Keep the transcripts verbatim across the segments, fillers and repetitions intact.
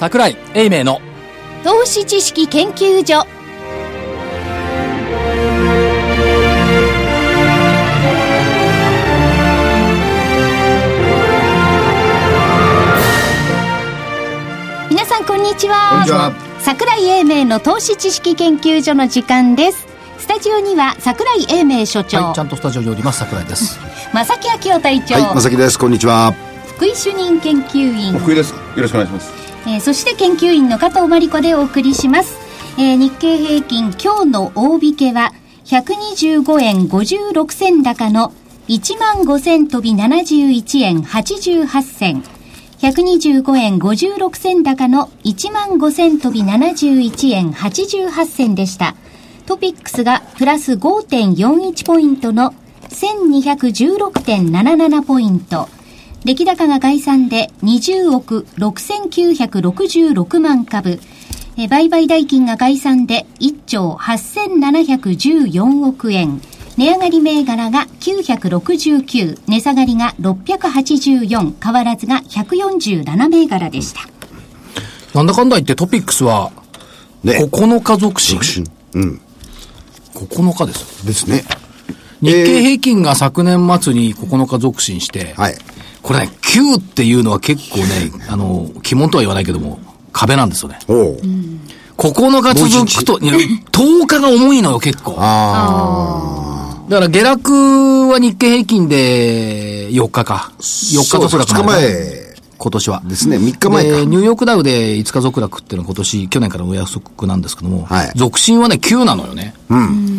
櫻井英明の投資知識研究所。皆さんこんにちは。 こんにちは。 櫻井英明の投資知識研究所の時間です。スタジオには櫻井英明所長、 はい、ちゃんとスタジオにおります櫻井です。 正木昭夫隊長、 はい、正木です。こんにちは。 福井主任研究員、 福井です。よろしくお願いします。 えー、そして研究員の加藤真理子でお送りします。えー、日経平均今日の大引けはひゃくにじゅうごえんごじゅうろく銭高の いちまんごせん飛びななじゅういちえんはちじゅうはち銭、ひゃくにじゅうごえんごじゅうろく銭高の いちまんごせん飛びななじゅういちえんはちじゅうはち銭でした。トピックスがプラス ごてんよんいち ポイントの せんにひゃくじゅうろくてんなななな ポイント、出来高が概算でにじゅうおくろくせんきゅうひゃくろくじゅうろくまん株、え売買代金が概算でいっちょうはっせんななひゃくじゅうよんおくえん、値上がり銘柄がきゅうひゃくろくじゅうきゅう、値下がりがろっぴゃくはちじゅうよん、変わらずがひゃくよんじゅうなな銘柄でした。 なんだかんだ言ってトピックスはここのか続伸、 ね、うん、 ここのかですですね。 日経平均が昨年末にここのか続伸して、 はい、これねきゅうっていうのは結構ね、あの鬼門とは言わないけども壁なんですよね。 おう、 ここのか続くととおかが重いのよ結構。 ああ、だから下落は日経平均でよっかかよっか続落ふつかまえ今年はですね。みっかまえか。 ニューヨークダウでいつか続落っていうのは今年去年からのお約束なんですけども、 はい、 続伸はねきゅうなのよね。 うん、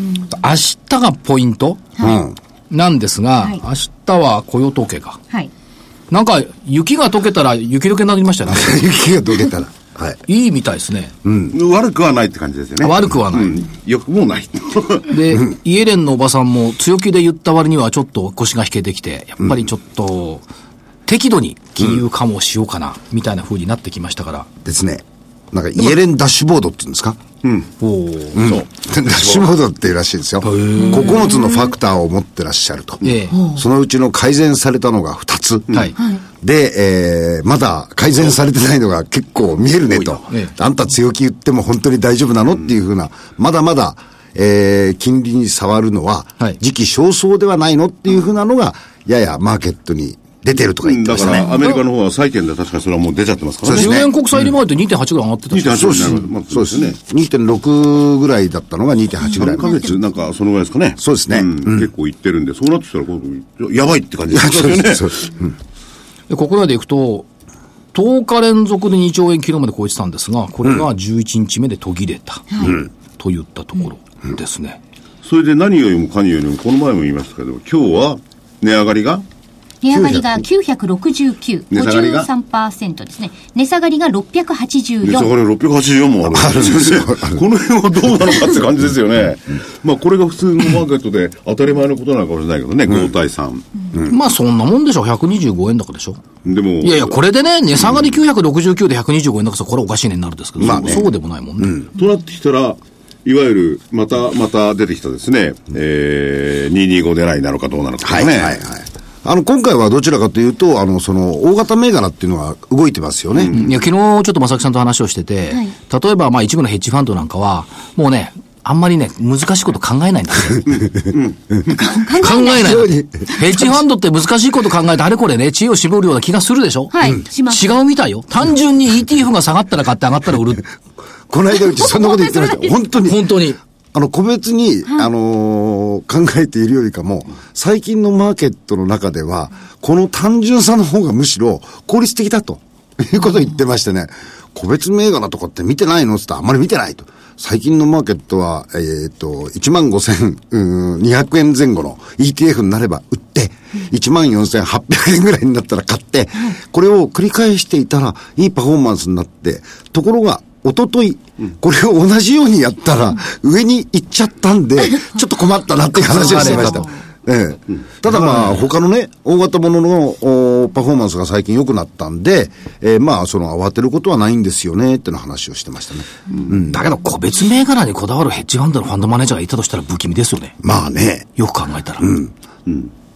明日がポイント、はい、なんですが、はい、明日は雇用統計か、はい、なんか雪が溶けたら雪解けになりましたね雪が溶けたら、はい、 いいみたいですね、 うん、悪くはないって感じですよね。 悪くはない、うん、 よくもないで、うん、イエレンのおばさんも強気で言った割にはちょっと腰が引けてきて、やっぱりちょっと、うん、適度に金融緩和しようかな、うん、みたいな風になってきましたからですね。なんかイエレンダッシュボードって言うんですか。 うん。 おー、うん、そう。ダッシュボードっていうらしいですよ。ここのつのファクターを持ってらっしゃると。えー、そのうちの改善されたのがふたつ。はい。で、えー、まだ改善されてないのが結構見えるねと。えー、あんた強気言っても本当に大丈夫なのっていうふうな、まだまだ、えー、金利に触るのは、時期尚早ではないのっていうふうなのが、ややマーケットに出てるとか言ってましたね。 だからアメリカの方は債券で確かそれはもう出ちゃってますからね。 じゅうねん国債利回りって にてんはち ぐらい上がってたし、 うん、そうですね。そうですね。にてんろく ぐらいだったのが にてんはち ぐらい。 さんかげつなんかそのぐらいですかね。 そうですね。うんうん、結構いってるんで、そうなってきたらやばいって感じですよね。そうです。 うん、で国内でいくととおか連続でにちょうえんキロまで超えてたんですが、これがじゅういちにちめで途切れた、うん、といったところですね。 うん、それで何よりもかによりもこの前も言いましたけど、今日は値上がりが値上がりがきゅうひゃくろくじゅうきゅう、ごじゅうさんパーセント ですね。値下がりがろっぴゃくはちじゅうよん。 値下がりろっぴゃくはちじゅうよんもあるんですよね。この辺はどうなのかって感じですよね。まあこれが普通のマーケットで当たり前のことなのかもしれないけどね、うん、ご対さん、 うん。まあそんなもんでしょ。ひゃくにじゅうごえん高でしょ。 でも。 いやいや、これでね、値下がりきゅうひゃくろくじゅうきゅうでひゃくにじゅうごえん高さ、これおかしいねになるんですけど、まあね、そうでもないもんね。うん、 となってきたら、いわゆる、また、また出てきたですね、えー、にひゃくにじゅうご狙いなのかどうなのかね。はいはいはい。 あの、今回はどちらかというと、あの、その、大型銘柄っていうのは動いてますよね。 うん、いや、昨日ちょっと正木さんと話をしてて、はい、例えば、まあ、一部のヘッジファンドなんかは、もうね、あんまりね、難しいこと考えないんだよ。うん、考えない。ヘッジファンドって難しいこと考えて、あれこれね、知恵を絞るような気がするでしょ。はい、うん、します。違うみたいよ。単純に イーティーエフ が下がったら買って上がったら売る。 この間うちそんなこと言ってました。本当に。 本当に。 あの、個別に、はい、あのー、考えているよりかも、最近のマーケットの中では、この単純さの方がむしろ効率的だということを言ってましてね、個別銘柄とかって見てないのって言ったらあんまり見てないと。最近のマーケットは、えっと、いちまんごせんにひゃくえん前後の イーティーエフ になれば売って、いちまんよんせんはっぴゃくえんぐらいになったら買って、これを繰り返していたらいいパフォーマンスになって、ところが、おととい、これを同じようにやったら、上に行っちゃったんで、ちょっと困ったなっていう話をしてました。ええ、ただまあ、他のね、大型もののパフォーマンスが最近良くなったんで、えー、まあ、その慌てることはないんですよね、っての話をしてましたね。 うん、だけど、個別銘柄にこだわるヘッジファンドのファンドマネージャーがいたとしたら不気味ですよね。 まあね。 よく考えたら。 うん。うん。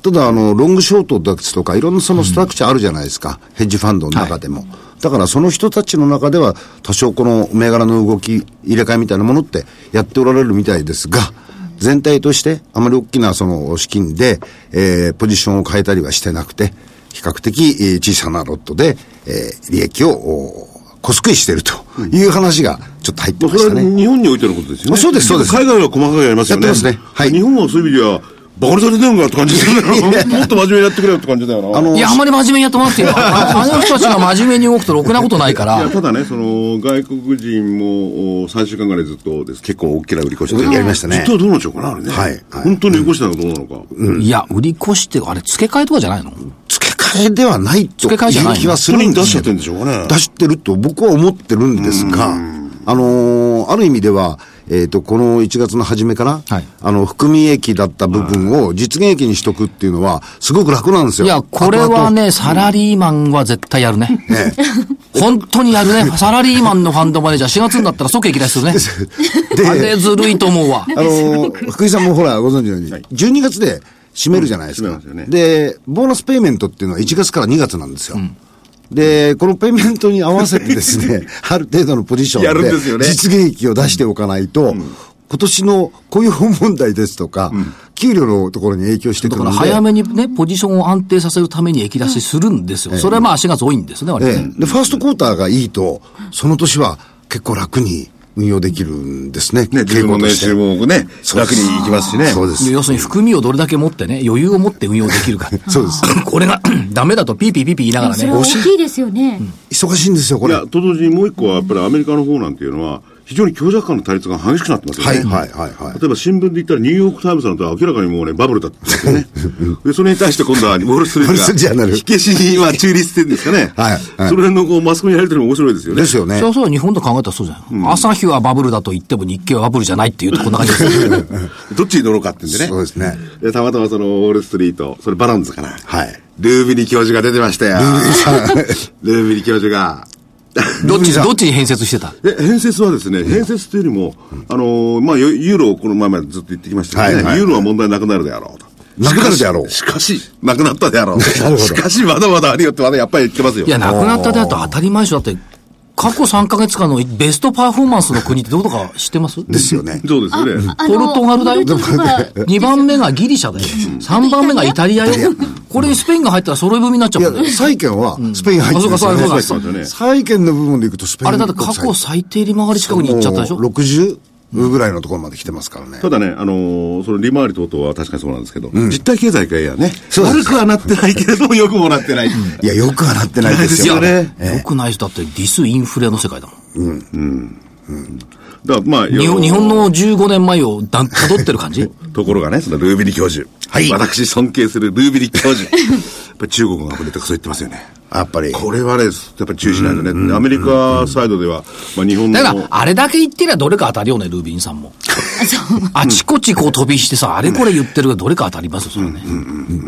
ただ、あの、ロングショートですとか、いろんなそのストラクチャーあるじゃないですか。うん、ヘッジファンドの中でも。はい、だから、その人たちの中では、多少この銘柄の動き、入れ替えみたいなものってやっておられるみたいですが、全体として、あまり大きなその資金で、えー、ポジションを変えたりはしてなくて、比較的、えー、小さなロットで、えー、利益を、小すくいしているという話がちょっと入ってましたね。 それは日本においてのことですよね。 そうです、そうです。 海外は細かくやりますよね。 やってますね。 はい。日本はそういう意味では、バカにされてるのかって感じですよね。もっと真面目にやってくれよって感じだよな。 あの、いや、あんまり真面目にやってもらってよ。あの人たちが真面目に動くとろくなことないから。いや、 ただね、その、外国人もさんしゅうかんぐらいずっとです。結構大きな売り越しで。 やりましたね。 実はどうなんでしょうかな、あれね。はい。本当に売り越したのかどうなのか。 うん。いや、売り越しって、あれ、付け替えとかじゃないの？ 付け替えではないという気はするんですよ。 出しちゃってるんでしょうかね。 出してると僕は思ってるんですが、あのー、ある意味では、えっ、ー、と、このいちがつの初めから、はい、あの、含み益だった部分を実現益にしとくっていうのは、すごく楽なんですよ。 いや、これはね、サラリーマンは絶対やるね。ね本当にやるね。サラリーマンのファンドマネージャーしがつになったら即益出しするね。で、あれずるいと思うわ。 あのー、福井さんもほら、ご存知のように、はい、じゅうにがつで締めるじゃないですか。うんね、で、ボーナスペイメントっていうのはいちがつからにがつなんですよ。うんで、このペイメントに合わせてですね、ある程度のポジションで実現益を出しておかないと、うん、今年の雇用問題ですとか、うん、給料のところに影響してくるので。 だから早めにね、ポジションを安定させるために益出しするんですよ。うん、それはまあしがつ多いんですね、割とね。 で、ファーストクォーターがいいと、その年は結構楽に運用できるんですね。 ね、自分の年収もね、楽にいきますしね。 そうです。 要するに含みをどれだけ持ってね、余裕を持って運用できるか。 そうです。 これがダメだとピーピーピーピー言いながらね。それ大きいですよね。 うん、忙しいんですよ、これ。 いや、と同時にもう一個はやっぱりアメリカの方なんていうのは、非常に強弱間の対立が激しくなってますよね。 はいはいはい、はい。 例えば新聞で言ったらニューヨークタイムズなんて明らかにもうね、バブルだったんですよね。で、それに対して今度はウォールストリートが、火消しに今中立してるんですかね。はい、はい。その辺のこうマスコミやりとりも面白いですよね。 ですよね。 そうそう、日本と考えたらそうじゃん。うん、朝日はバブルだと言っても日経はバブルじゃないっていうとこんな感じですね。 どっちに乗ろうかってんでね。 そうですね。 で、たまたまそのウォールストリート、それバランズかな。はい。ルービニ教授が出てましたよ。ルービニさん。ルービニ教授が。 どっち、どっちに編説してた？ え、編説はですね、編説というよりも、あのー、まあ、ユーロをこの前までずっと言ってきましたけどね、はいはい、ユーロは問題なくなるであろうと。 なくなるであろう。 しかし、なくなったであろう。しかし、まだまだあるよってまだやっぱり言ってますよ。 いや、なくなったであと当たり前でしょ。だって、過去さんかげつかんのベストパフォーマンスの国ってどこか知ってます？ ですよね。 そうですよね。 ポルトガルだよ。にばんめがギリシャだよ。さんばんめがイタリアよ。これにスペインが入ったら揃い踏みになっちゃうもんね。 いや、債券はスペイン入ってるんですよね。 そうそうそう。 債券の部分でいくとスペイン。 あれだって過去最低利回り近くに行っちゃったでしょ？ ろくじゅうぐらいのところまで来てますからね。 ただね、あのー、その利回り等々は確かにそうなんですけど、うん、実体経済界やね、悪くはなってないけれども、良くもなってない。いや、良くはなってないですよね。 良くない人だってディスインフレの世界だもん。うん。うん。 うん。だからまあ、 日本、日本のじゅうごねんまえをたどってる感じところがね、そのルービリ教授。はい。私尊敬するルービリ教授。やっぱり中国がこれとかそう言ってますよね。 やっぱり。 これはね、やっぱり注意しないとね。アメリカサイドでは、まあ日本の。 だから、あれだけ言ってりゃどれか当たるよね、ルービンさんも。あちこちこう飛びしてさ、あれこれ言ってるがどれか当たりますよ、それね。うんうんうん。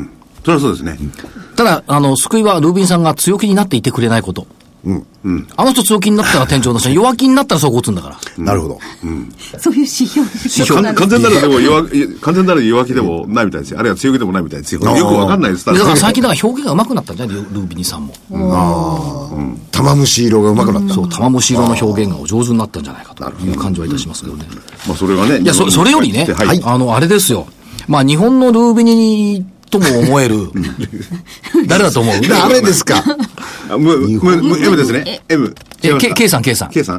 それはそうですね。 ただ、あの、救いはルービンさんが強気になっていてくれないこと。うんうん、あの人強気になったら店長の人、弱気になったらそうこつんだから。 うん、なるほど。 うん、そういう指標。指標完全なるでも弱、完全なる弱気でもないみたいですよ。あるいは強気でもないみたいですよ。よくわかんないです。 だから最近だから表現が上手くなったんじゃないルービニさんも。 ああ、うん。玉虫色が上手くなった。 そう、玉虫色の表現がお上手になったんじゃないかという感じはいたしますけどね。 まあそれはね。 いや、そ、それよりね、はい、あの、あれですよ。まあ日本のルービニとも思える。誰だと思う？ 誰ですか？ む、む、む、M ですね。M。 え、K、K さん、K さん。 K さん。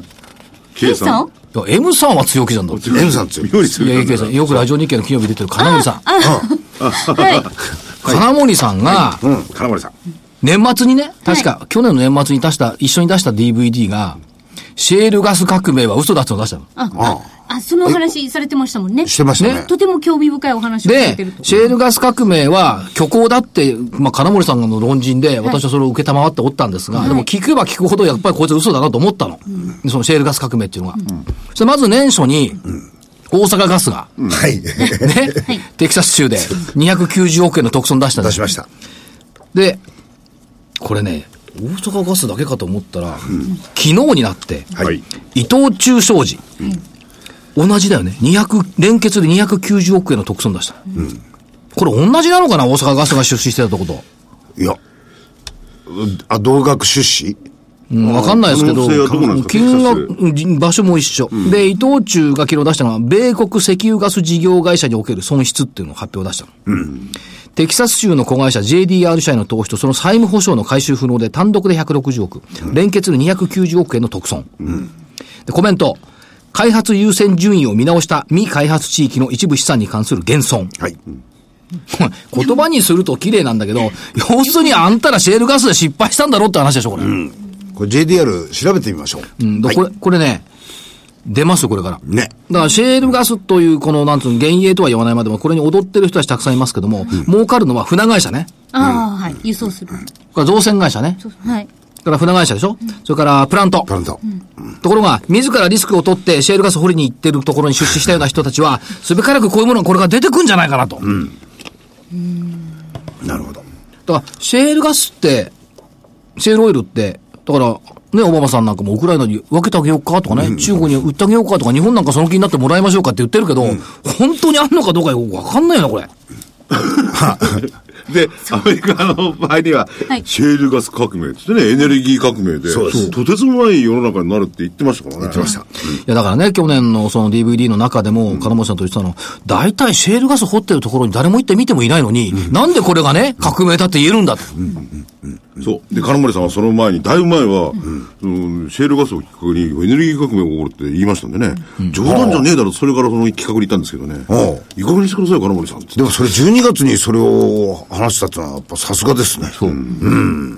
K さん？ いや、M さんは強気なんだ。 M さん強い。いや、K さん。よくラジオ日経の金曜日出てる金森さん。はい。金森さんが、 うん、金森さん。 年末にね、確か、去年の年末に出した、一緒に出した ディーブイディー が、シェールガス革命は嘘だってのを出したの。 ああ。あ、そのお話されてましたもんね。 してましたね。 とても興味深いお話をされてると。 で、シェールガス革命は虚構だって、まあ、金森さんの論陣で、私はそれを受けたまわっておったんですが、はい、でも聞けば聞くほどやっぱりこいつ嘘だなと思ったの。うん、そのシェールガス革命っていうのが。うん、そしてまず年初に、大阪ガスが、うん、はい。ね、はい、テキサス州でにひゃくきゅうじゅうおくえんの特損出したんです。 出しました。 で、これね、大阪ガスだけかと思ったら、うん、昨日になって、はい、伊藤忠商事、うん、同じだよね。にひゃく、連結でにひゃくきゅうじゅうおくえんの特損出した。うん、 これ同じなのかな、大阪ガスが出資してたとこと。 いや、あ、同額出資うん、わかんないですけど、金額、場所も一緒、うん。で、伊藤忠が昨日出したのは、米国石油ガス事業会社における損失っていうのを発表を出したの。うん、テキサス州の子会社 ジェイディーアール 社への投資とその債務保証の回収不能で単独でひゃくろくじゅうおく、うん、連結でにひゃくきゅうじゅうおくえんの特損。うん、で、コメント。開発優先順位を見直した未開発地域の一部資産に関する減損。はい。言葉にすると綺麗なんだけど、要するにあんたらシェールガスで失敗したんだろって話でしょ、これ。うん、 これ ジェイディーアール 調べてみましょう。 うん、だこれ、はい、これね、出ますよ、これから。 ね。 だからシェールガスという、この、なんつうの、幻影とは言わないまでも、これに踊ってる人たちたくさんいますけども、うん、儲かるのは船会社ね。 ああ、うん、はい。輸送する。 これ造船会社ね。はい。だから船会社でしょ、うん、それからプラント。プラント。うん、ところが、自らリスクを取ってシェールガス掘りに行ってるところに出資したような人たちは、すべからくこういうものがこれが出てくんじゃないかなと。うん。 うん、なるほど。 だから、シェールガスって、シェールオイルって、だから、ね、オバマさんなんかもウクライナに分けてあげようかとかね、うん、中国に売ってあげようかとか、日本なんかその気になってもらいましょうかって言ってるけど、うん、本当にあんのかどうかよくわかんないよな、これ。 で、アメリカの場合には、はい、シェールガス革命ってね、エネルギー革命で、そうですとてつもない世の中になるって言ってましたからね。言ってました。うん、いや、だからね、去年のその ディーブイディー の中でも、金本さんと言ってたの、大体シェールガス掘ってるところに誰も行って見てもいないのに、うん、なんでこれがね、革命だって言えるんだと。うんうんうんうん、そう。で、金森さんはその前に、だいぶ前は、うん、シェールガスをきっかけにエネルギー革命が起こるって言いましたんでね、うん、冗談じゃねえだろ、それからその企画に行ったんですけどね、いかがにしてください、金森さんって。 でもそれじゅうにがつにそれを話したってのは、やっぱさすがですね。 そう。うん。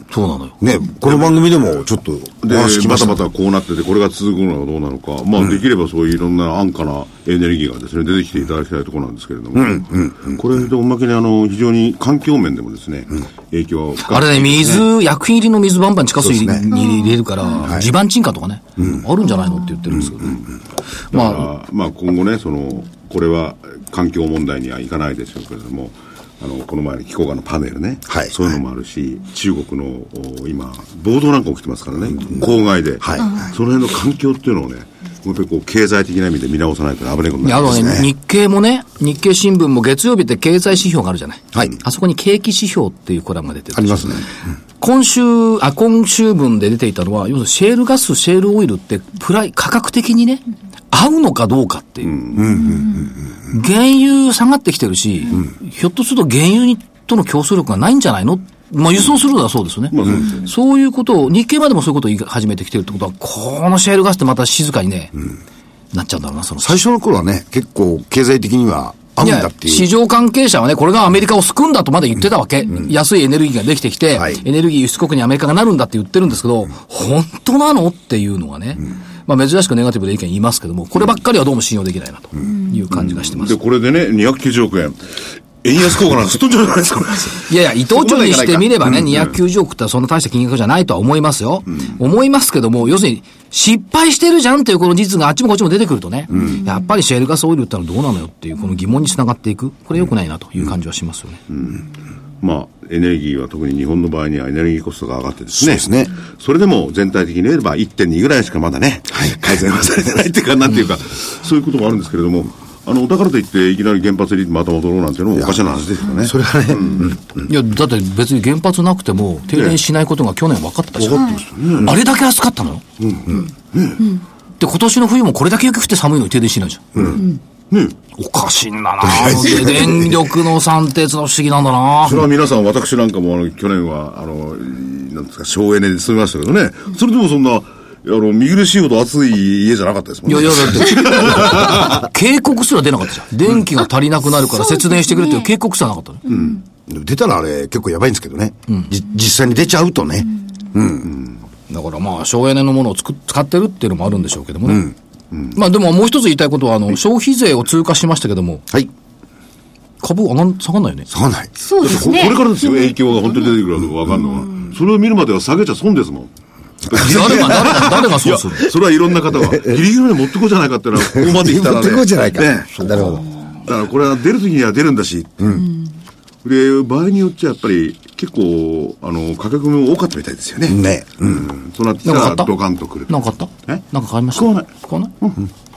そうなのよ。 ね、この番組でもちょっとで、またまたこうなってて、これが続くのはどうなのか、まあ、うん、できればそういういろんな安価なエネルギーがですね、出てきていただきたいところなんですけれども、うんうんうん、これでおまけにあの、非常に環境面でもですね、うん、影響を、ね。 あれね、水、薬品入りの水バンバン地下水に入れるから、ね、地盤沈下とかね、うん、あるんじゃないのって言ってるんですけど、うんうんうん、 まあ、まあ今後ね、その、これは環境問題にはいかないでしょうけれども、あの、この前の気候のパネルね、はい、そういうのもあるし、中国の今、暴動なんか起きてますからね、うん、郊外で、はい、その辺の環境っていうのをね、やっぱりこう経済的な意味で見直さないと危ないことになりますね。 ね、日経もね、日経新聞も月曜日って経済指標があるじゃない。はい。あそこに景気指標っていうコラムが出てる。 ありますね。 うん、今週、あ、今週分で出ていたのは、要するにシェールガス、シェールオイルってプライ、価格的にね、合うのかどうかっていう。うんうんうん、原油下がってきてるし、うん、ひょっとすると原油との競争力がないんじゃないの？まあ輸送するのはそうですよね。まあそうですよね。そういうことを、日経までもそういうことを言い始めてきてるってことは、このシェールガスってまた静かにね、うん、なっちゃうんだろうな、その。 最初の頃はね、結構経済的には合うんだっていう。 市場関係者はね、これがアメリカを救うんだとまで言ってたわけ。うん、安いエネルギーができてきて、はい、エネルギー輸出国にアメリカがなるんだって言ってるんですけど、うん、本当なのっていうのがね、うん、まあ珍しくネガティブで意見言いますけども、こればっかりはどうも信用できないなという感じがしてます。 うんうん、で、これでね、にひゃくきゅうじゅうおくえん。円安効果なんかすっとんじゃないですか。 いやいや、伊藤忠にしてみればね、にひゃくきゅうじゅうおくってそんな大した金額じゃないとは思いますよ。うん、思いますけども、要するに、失敗してるじゃんというこの事実があっちもこっちも出てくるとね、うん、やっぱりシェールガスオイルってのはどうなのよっていうこの疑問につながっていく。これ良くないなという感じはしますよね。うんうん、 まあ、エネルギーは特に日本の場合にはエネルギーコストが上がってですね。 そうですね。 それでも全体的に言えば いってんに ぐらいしかまだね、はい、改善はされてないっていうか、なんていうか、そういうこともあるんですけれども、あの、だからといっていきなり原発にまた戻ろうなんていうのもおかしな話ですよね。 それはね、うんうん。いや、だって別に原発なくても停電しないことが去年分かったじゃん。分かってましたね。あれだけ暑かったのよ。うんうんうん、で、今年の冬もこれだけ雪降って寒いのに停電しないじゃん。うんね、おかしいんだなぁ。電力の算定の不思議なんだなぁ。 それは皆さん、私なんかもあの去年は、あの、なんですか、省エネで済みましたけどね。それでもそんな、あの、見苦しいほど暑い家じゃなかったですもんね。 いやいや、だって、警告すら出なかったじゃん。電気が足りなくなるから節電してくれっていう警告すらなかったね。うん。 出たらあれ結構やばいんですけどね。うん、じ実際に出ちゃうとね。うん。うん、 だからまあ、省エネのものをつく使ってるっていうのもあるんでしょうけどもね。うんうん、まあでももう一つ言いたいことは、あの、はい、消費税を通過しましたけども。はい。株上がん、下がんないよね。 下がんない。 そうですね。 これからですよ、影響が本当に出てくるのが分かんのは。それを見るまでは下げちゃ損ですもん。 誰が、誰が、誰がそうする？ それはいろんな方が、ギリギリまで持ってこうじゃないかっていうのは、ここまで来たらね。 持ってこうじゃないか。ね。 なるほど。だからこれは出るときには出るんだし、うん。で、場合によっちゃやっぱり、結構、あの、価格も多かったみたいですよね。ね。うん。そうなってきたらドカンとくる。 なんかあったえなんか買いました？ 買わない。 買わないうん。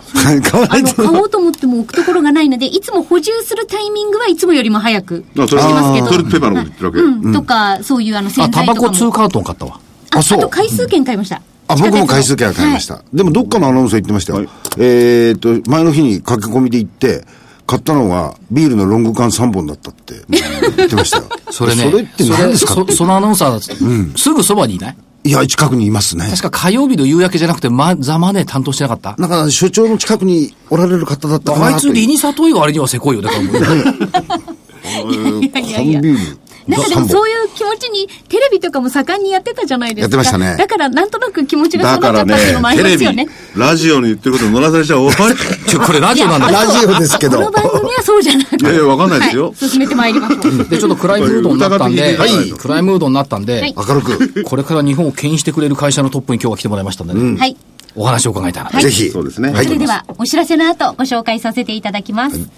買わないと。 あの、買おうと思っても置くところがないので、いつも補充するタイミングはいつもよりも早くしてますけど。 トイレットペーパーのこと言ってるわけ。 うん。とか、そういうあの、洗剤とかも。 あ、タバコにカートン買ったわ。 あ、あと回数券買いました。 あ、僕も回数券買いました。はい、でもどっかのアナウンサー言ってましたよ。はい、えーっと、前の日に駆け込みで行って、買ったのがビールのロング缶さんぼんだったって言ってましたよ。 それね。 それって何ですかって。 そ, そのアナウンサー、うん、すぐそばにいない？ いや、近くにいますね。 確か火曜日の夕焼けじゃなくて、ま、ザ・マネー担当してなかった？ なんか所長の近くにおられる方だったかなと。 あいつリニサトイがあれにはせこいよ、だからもう。いやいやいや。なんかでもそういう気持ちにテレビとかも盛んにやってたじゃないですか。 やってましたね。 だからなんとなく気持ちがそうなっちゃったっていうのもありますよね。 だからね、テレビ、ラジオに言ってること乗らされちゃう。 ちょ、これラジオなんだ。 ラジオですけど。 この番組はそうじゃなくて。 いやいや、わかんないですよ。 はい、進めてまいりましょう。 で、ちょっと暗いムードになったんで、 はい、 暗いムードになったんで、 はい、 明るく。 これから日本を牽引してくれる会社のトップに今日は来てもらいましたんでね。うん、 はい。 お話を伺いたいな。 はい、ぜひ。 そうですね。 はい。それでは、お知らせの後、ご紹介させていただきます。はい、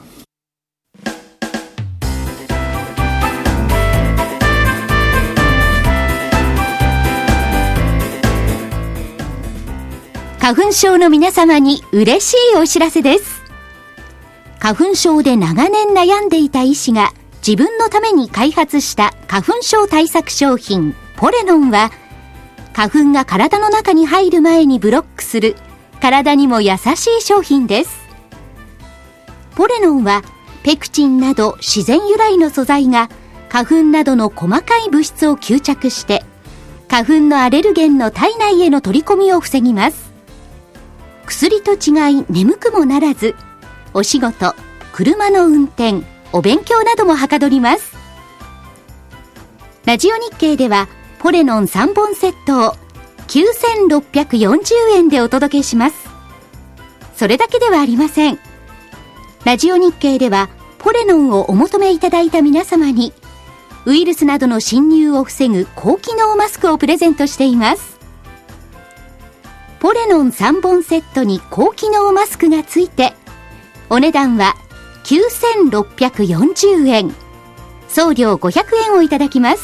花粉症の皆様に嬉しいお知らせです。花粉症で長年悩んでいた医師が自分のために開発した花粉症対策商品ポレノンは、花粉が体の中に入る前にブロックする体にも優しい商品です。ポレノンはペクチンなど自然由来の素材が花粉などの細かい物質を吸着して花粉のアレルゲンの体内への取り込みを防ぎます。薬と違い眠くもならず、お仕事、車の運転、お勉強などもはかどります。ラジオ日経ではポレノンさんぼんセットをきゅうせんろっぴゃくよんじゅうえんでお届けします。それだけではありません。ラジオ日経ではポレノンをお求めいただいた皆様にウイルスなどの侵入を防ぐ高機能マスクをプレゼントしています。ポレノンさんぼんセットに高機能マスクがついて、お値段はきゅうせんろっぴゃくよんじゅうえん、送料ごひゃくえんをいただきます。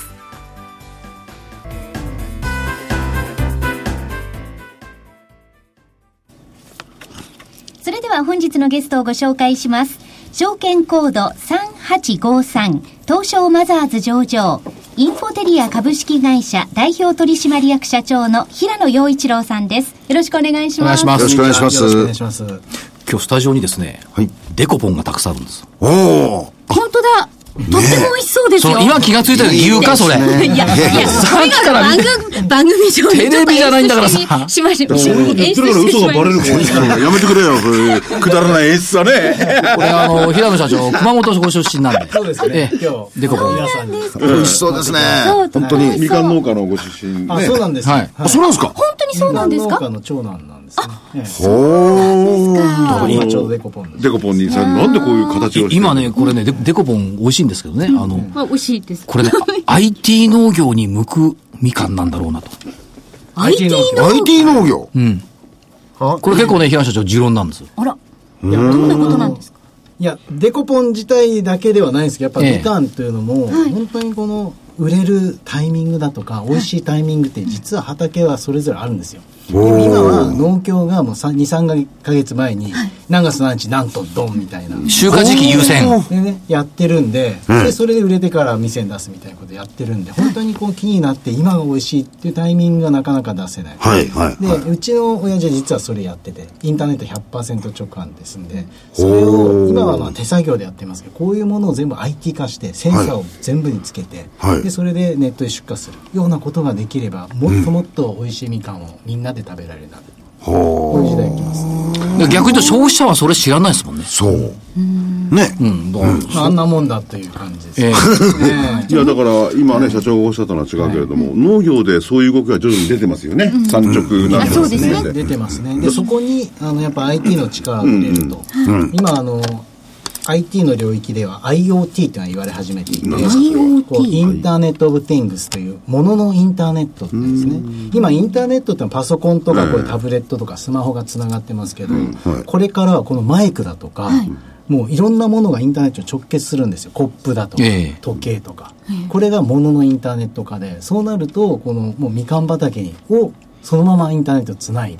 それでは本日のゲストをご紹介します。証券コードさんはちごさん、東証マザーズ上場、インフォテリア株式会社代表取締役社長の平野陽一郎さんです。よろしくお願いします。 よろしくお願いします。よろしくお願いします。 今日スタジオにですね、はい、デコポンがたくさんあるんです。 おお、 本当だ。とっても美味しそうですよ。 その今気がついたら理由か、それ。 いや、いや、さっきから番組、番組上に。テレビじゃないんだからさ。 しましょう。 言ってるから嘘がバレるもん。やめてくれよ、そういうくだらない演出はね。 これあの、平野社長、熊本ご出身なんで。 そうですね。今日、 デコポン。 皆さんに。 美味しそうですね。本当に。 みかん農家のご出身。 あ、そうなんです。 はい。 あ、そうなんですか。 本当にそうなんですか。 農家の長男なんですね。 ほー。 今ちょうどデコポンです。 デコポンにさ、なんでこういう形をして。 今ね、これね、デコポン美味しいんですけどね。あの、 美味しいです。 これね、アイティー 農業に向くみかんなんだろうなと。 アイティー 農業アイティー 農業うん。これ結構ね、平野社長持論なんですよ。 あら。いや、どんなことなんですか。 いや、デコポン自体だけではないんですけど、やっぱみかんというのも、本当にこの、売れるタイミングだとか美味しいタイミングって実は畑はそれぞれあるんですよ。でも今は農協がもうにさんかげつまえに何月何日何トンドンみたいな集荷時期優先で、ね、やってるんで、うん、でそれで売れてから店に出すみたいなことやってるんで、本当にこう気になって今が美味しいっていうタイミングがなかなか出せない、 はいはい、 で、はい、うちの親父は実はそれやっててインターネット ひゃくパーセント 直販ですんで、それを今はまあ手作業でやってますけど、こういうものを全部 アイティー 化してセンサーを全部につけて、はい、でそれでネットで出荷するようなことができれば、もっともっと美味しいみかんをみんなで食べられるな、うん、こういう時代来ます、 ね、逆に言うと消費者はそれ知らないですもんね。 そうね、 うん、どう、うん、あんなもんだっていう感じです、えー、いやだから今ね社長がおっしゃったのは違うけれども、はい、農業でそういう動きが徐々に出てますよね、うん、産直なんてですね、出てますね。でそこにあのやっぱ アイティー の力を入れると、うんうん、今あのアイティー の領域では アイオーティー というのが言われ始めていて、こうインターネット・オブ・ティングスというもののインターネットってですね、今インターネットってのはパソコンとかこれタブレットとかスマホがつながってますけど、これからはこのマイクだとか、もういろんなものがインターネットに直結するんですよ。コップだとか時計とか、これがもののインターネット化で、そうなるとこのもうみかん畑をそのままインターネットをつないで、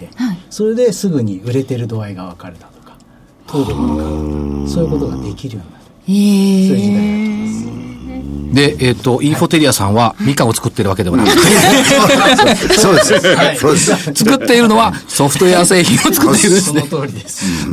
それですぐに売れてる度合いが分かるだとか糖度が分かるとかそういうことができるようになる、えー、そういう時代になってます。 で、えっ、ー、と、インフォテリアさんは、みかんを作ってるわけではなくて、 そうです。はい、そうです。 作っているのは、ソフトウェア製品を作っているんですね。 その通りです。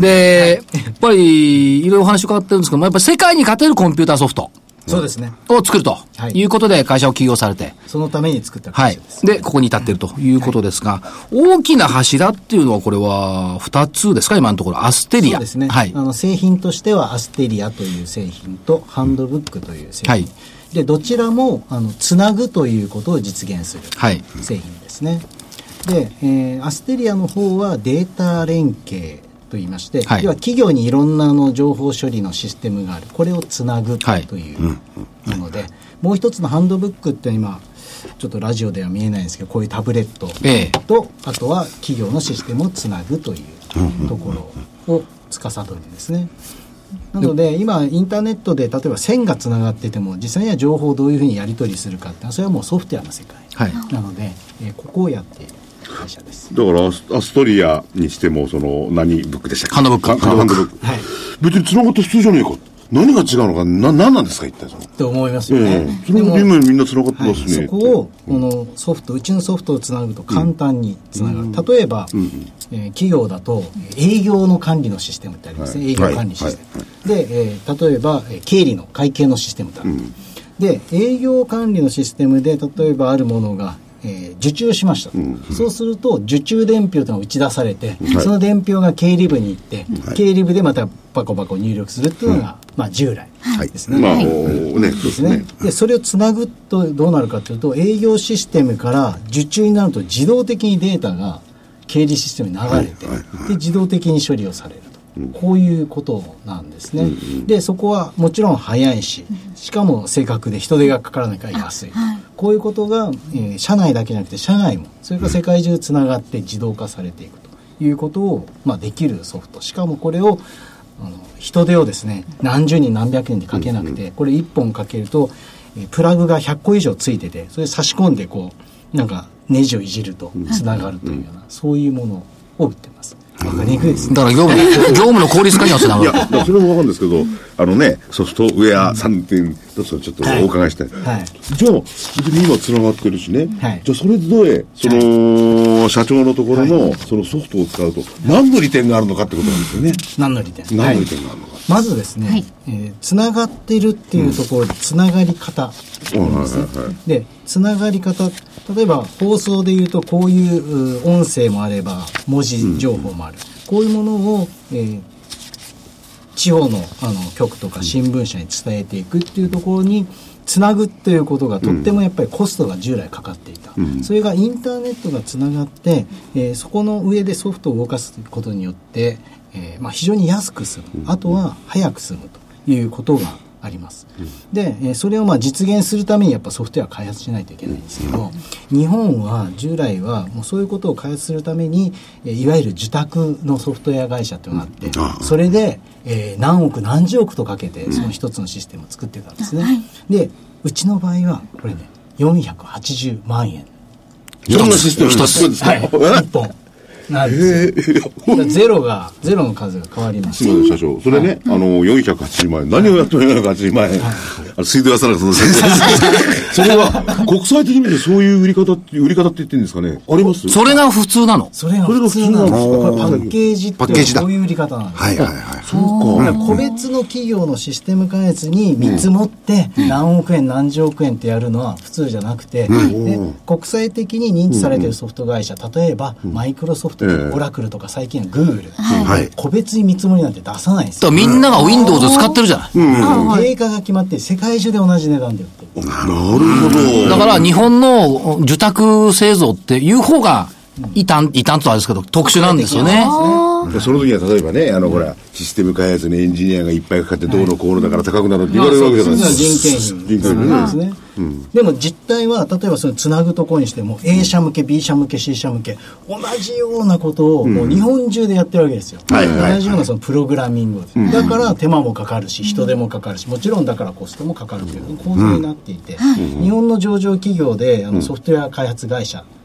で、やっぱり、いろいろお話伺ってるんですけども、やっぱり世界に勝てるコンピューターソフト。 そうですね。 を作るということで会社を起業されて。 そのために作った会社です。 はい。で、ここに至っているということですが、はい、大きな柱っていうのはこれはふたつですか今のところ。アステリア。 そうですね。はい。あの、製品としてはアステリアという製品とハンドブックという製品。はい。で、どちらも、あの、つなぐということを実現する製品ですね。はい、で、えー、アステリアの方はデータ連携と言いまして、はい、要は企業にいろんなあの情報処理のシステムがある。これをつなぐというもので、はい、もう一つのハンドブックって今、ちょっとラジオでは見えないんですけど、こういうタブレットと、ええ、あとは企業のシステムをつなぐというところを司るんですね。なので今インターネットで例えば線がつながってても実際には情報をどういうふうにやり取りするかってそれはもうソフトウェアの世界なので、はい、えー、ここをやっている会社です。 だからアストリアにしてもその何ブックでしたっけ？ ハンドブック。 ハンドブック、はい、別につながって普通じゃねえか。何が違うのかな、何なんですか一体そのと思いますよね、 うん、それも今みんなつながってますね、 はい、そこをこのソフト、うちのソフトをつなぐと簡単につながる、うん、例えば、うんえー、企業だと営業の管理のシステムってありますね、はい、営業管理システム、はいはい、で、えー、例えば経理の会計のシステムってある、うん、で営業管理のシステムで例えばあるものがえー、受注しました、うん、そうすると受注伝票というのが打ち出されて、はい、その伝票が経理部に行って、はい、経理部でまたパコパコ入力するっていうのが、はい、まあ、従来ですね、はい、まあ、ねですね。でそれをつなぐとどうなるかというと営業システムから受注になると自動的にデータが経理システムに流れて、はいはいはい、で自動的に処理をされると、うん、こういうことなんですね、うんうん、でそこはもちろん早いししかも正確で人手がかからないから安い、はい、こういうことが、えー、社内だけじゃなくて社外もそれから世界中つながって自動化されていくということを、まあ、できるソフト、しかもこれをあの人手をですね何十人何百人でかけなくて、うんうん、これいっぽんかけると、えー、プラグがひゃっこ以上ついててそれ差し込んでこうなんかネジをいじるとつながるというような、うん、そういうものを売ってます。わかりにくいですね。 だから業務業務の効率化にはつながる。 いや、だからそれもわかるんですけど、あのね、ソフトウェアさんてん一つをちょっとお伺いしたい。はいはい、じゃあ、別に今つながってるしね。はい、じゃあ、それぞれ、その、はい、社長のところの、そのソフトを使うと、何の利点があるのかってことなんですよね。 何の利点何の利点があるのか。はい、 まずですね、はいえー、つながってるっていうところで、つながり方なんですね。うんはいはいはい、で、つながり方、例えば放送で言うとこういう音声もあれば文字情報もある、うん、こういうものを、えー、地方の、あの局とか新聞社に伝えていくっていうところにつなぐっていうことがとってもやっぱりコストが従来かかっていた、うん、それがインターネットがつながって、えー、そこの上でソフトを動かすことによって、えーまあ、非常に安く済む、あとは早く済むということがあります、うん、で、えー、それをまあ実現するためにやっぱソフトウェア開発しないといけないんですけど、うん、日本は従来はもうそういうことを開発するために、えー、いわゆる受託のソフトウェア会社というのがあって、うん、それで、えー、何億何十億とかけてその一つのシステムを作ってたんですね、うん、でうちの場合はこれねよんひゃくはちじゅうまんえんそんなシステム一つ、 はい、一本なんですよ。ゼロがゼロの数が変わります。 すみません社長、それね、はい、あのよんひゃくはちじゅうまんえん、何をやってもよんひゃくはちじゅうまんえん、はい、あの水道屋さんなんかその先生それは国際的に見てそういう売り方って売り方って言ってるんですかね、あります？ それが普通なの。 それが普通なんです。これパッケージってこういう売り方なんです。 はいはいはい。 そうか。個別の企業のシステム開発に見積もって何億円何十億円ってやるのは普通じゃなくて、うん、で国際的に認知されているソフト会社、例えばマイクロソフトとかオラクルとか最近はグーグル、はい、個別に見積もりなんて出さないんですよ。 みんなが Windows 使ってるじゃない。 うん、定価が決まって世界中で同じ値段で売ってる。 なるほど。 だから日本の受託製造っていう方が異端、異端とあれですけど特殊なんですよね。 その時は例えばね、あのほらシステム開発のエンジニアがいっぱいかかってどうのこうのだから高くなるって言われるわけじゃないですか。 人件費ですね。うん、でも実態は例えばそのつなぐところにしても A 社向け B 社向け C 社向け同じようなことをもう日本中でやってるわけですよ、うん、同じようなそのプログラミングを、うん、だから手間もかかるし人手もかかるしもちろんだからコストもかかるという構造になっていて、うん、日本の上場企業であのソフトウェア開発会社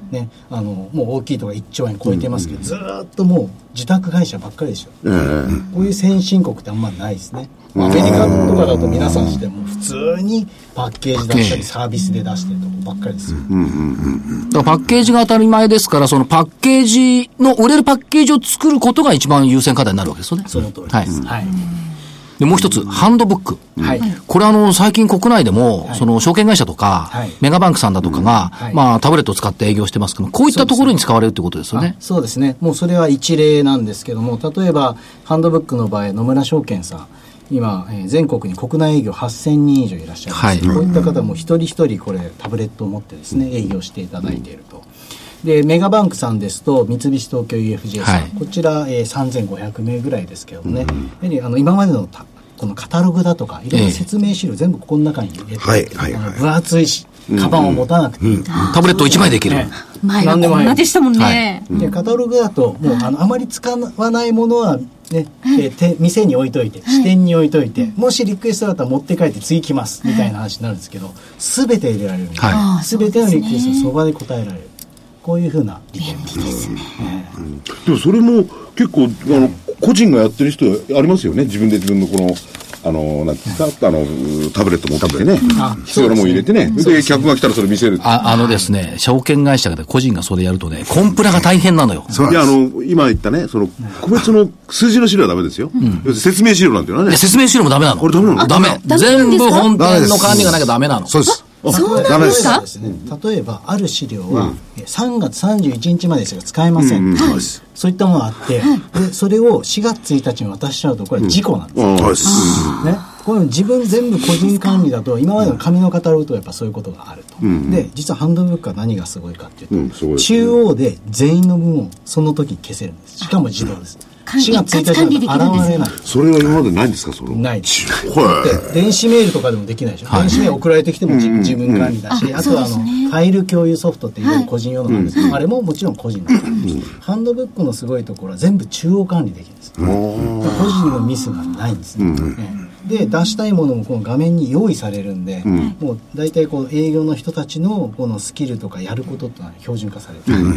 ね、あのもう大きいとかいっちょうえん超えてますけど、うん、ずーっともう自宅会社ばっかりでしょ、えー、こういう先進国ってあんまないですね。アメリカとかだと皆さんしても普通にパッケージ出したりサービスで出してるとこばっかりですよ、うんうんうん、 だからパッケージが当たり前ですから、そのパッケージの売れるパッケージを作ることが一番優先課題になるわけですよね。 その通りです、はいはい、 でもう一つ、ハンドブック、はい、これあの最近国内でも、はい、その証券会社とか、はい、メガバンクさんだとかが、はい、まあ、タブレットを使って営業してますけど、こういったところに使われるってことですよね。 そうですね。もうそれは一例なんですけども、例えばハンドブックの場合、野村証券さん今、えー、全国に国内営業はっせんにん以上いらっしゃいます、はい、こういった方も一人一人これタブレットを持ってですね営業していただいていると。でメガバンクさんですと三菱東京 ユーエフジェー さん、はい、こちら、えー、さんぜんごひゃくめいぐらいですけどね、うん、やはりあの今までのこのカタログだとかいろんな説明資料、えー、全部ここの中に入れて、はいはいはい、分厚いしカバンを持たなくていい、うんうん、 タブレットいちまいでいける、ね、 前はこんなでしたもんね、 はい、でカタログだともうあのあまり使わないものはね、えー、て店に置いといて、支店に置いといて、もしリクエストだったら持って帰って次来ますみたいな話になるんですけど、全て入れられるんで、はい、全てのリクエストをそばで答えられる、こういうふうな利点ですね、 うん、でもそれも結構あの個人がやってる人ありますよね。自分で自分のこのあのなんですか、あのタブレット持ってきてね、うん、必要なもん入れてね、で客が来たらそれ見せる。 ああのですね、証券会社で個人がそれやるとね、コンプラが大変なのよ。 いや、あの今言ったね、その個別の数字の資料はダメですよ、うん、説明資料なんていうのはね。 説明資料もダメなの。 これダメなの。 ダメ。全部本店の管理がなきゃダメなの。 そうです。 そうなんですか。 例えばある資料は、うん、さんがつさんじゅういちにちまでしか使えません、うんうん、はい、そういったものがあって、はい、でそれをしがつついたちに渡しちゃうとこれは事故なんです、うんうん、ね、これ自分全部個人管理だと今までの紙のカタログとやっぱそういうことがあると、うん、で実はハンドブックは何がすごいかっていうと、うん、すごいですね、中央で全員の分をその時に消せるんです。しかも自動です。しがつついたちに現れない。 それは今までないんですか。それないです。で電子メールとかでもできないでしょ、はい、電子メール送られてきても自分管理だし、うんうん、あとはあの、ね、ファイル共有ソフトっていわゆる個人用のなんですけど、はい、あれももちろん個人です、うん、ハンドブックのすごいところは全部中央管理できるんです、うん、個人のミスがないんですね、うんうん、で出したいものもこの画面に用意されるんで、うん、もう大体こう営業の人たちのこのスキルとかやることってのは標準化されて、うん、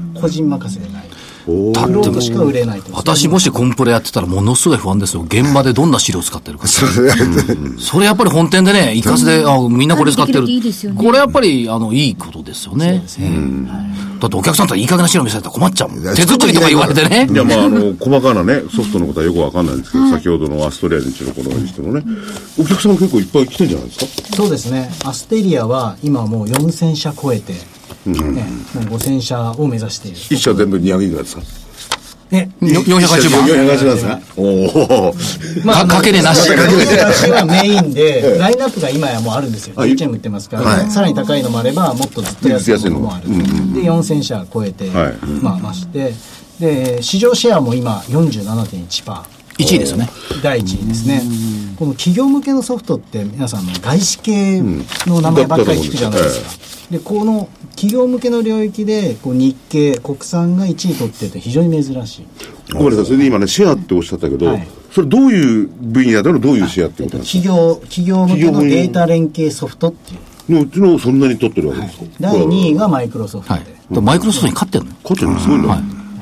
個人任せでない。 だってもしか売れないと。 私もしコンプレやってたらものすごい不安ですよ。現場でどんな資料を使ってるか。うん、それやっぱり本店でね、一括で、あ、みんなこれ使ってる。いいですよね、これやっぱりあのいいことですよね。そうですね、うん、だってお客さんといい加減な資料見せられたら困っちゃうもん。手作りとか言われてね。 いや、まああの細かなねソフトのことはよくわかんないんですけど、はい、先ほどのアストリアにしろこのにしてもね、うん、お客さん結構いっぱい来てるんじゃないですか。 そうですね。アステリアは今もうよんせんしゃ超えて、うんね、もうごせんしゃを目指している。 一社全部にひゃくいくらですか。 え、 よんひゃくはちじゅうまん。 よんひゃくはちじゅうまんですね。おお。 まあ、かけねなし。 かけねなしはメインで、ラインナップが今やもうあるんですよ。エイチエム売ってますから、はい、さらに高いのもあれば、もっとずっと安いのもある。うんうん、で、よんせんしゃ超えて、はい、まあ、まして、で、市場シェアも今 よんじゅうななてんいちパーセント。 いちいですよね。 だいいちいですね。この企業向けのソフトって皆さんの外資系の名前ばっかり聞くじゃないですか。でこの企業向けの領域でこう日系国産がいちい取ってると非常に珍しい。 ごめんなさい。それで今ねシェアっておっしゃったけど、はい、それどういう分野でのどういうシェアってことなんですか。 企業企業向けのデータ連携ソフトっていうのうちのそんなに取ってるわけですか。はい、 だいにいがマイクロソフトで、 はい、マイクロソフトに勝ってるの。 勝ってるのすごいんだ。はい、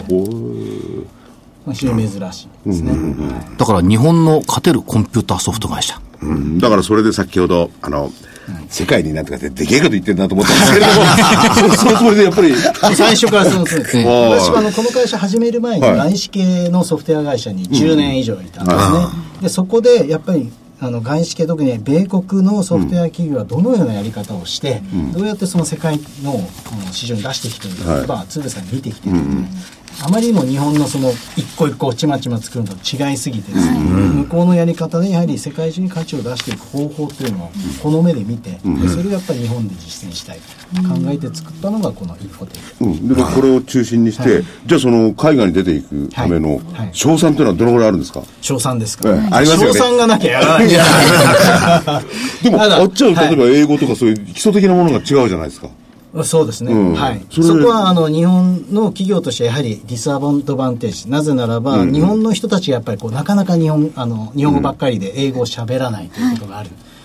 まあ、非常に珍しいですね、うんうんうん、 だから日本の勝てるコンピューターソフト会社、 うん、だからそれで先ほどあの、うん、世界になんとかってでけえこと言ってるなと思ったんですけれどもそのつもりでやっぱり最初からそのつもりです私はあのこの会社始める前に外資系のソフトウェア会社にじゅうねん以上いたんですね、うん、でそこでやっぱりあの外資系特に米国のソフトウェア企業はどのようなやり方をして、うん、どうやってその世界の市場に出してきてるのか、はい、つぶさに見てきてるので、うん、あまりにも日本のその一個一個ちまちま作るのと違いすぎてですね、うん、向こうのやり方でやはり世界中に価値を出していく方法というのをこの目で見て、うん、でそれをやっぱり日本で実践したいと考えて作ったのがこのインフォテル、うん、でもこれを中心にして、はい、じゃあその海外に出ていくための賞賛というのはどのぐらいあるんですか。 賞賛ですか、 はい、ありますよね。 賞賛がなきゃやらないでもあっちは例えば英語とかそういう基礎的なものが違うじゃないですか。 そうですね、うん、はい、そ, そこはあの日本の企業としてやはりディスアドバンテージ。なぜならば、うん、日本の人たちがやっぱりこうなかなか日本あの日本語ばっかりで英語を喋らないということがある、うん、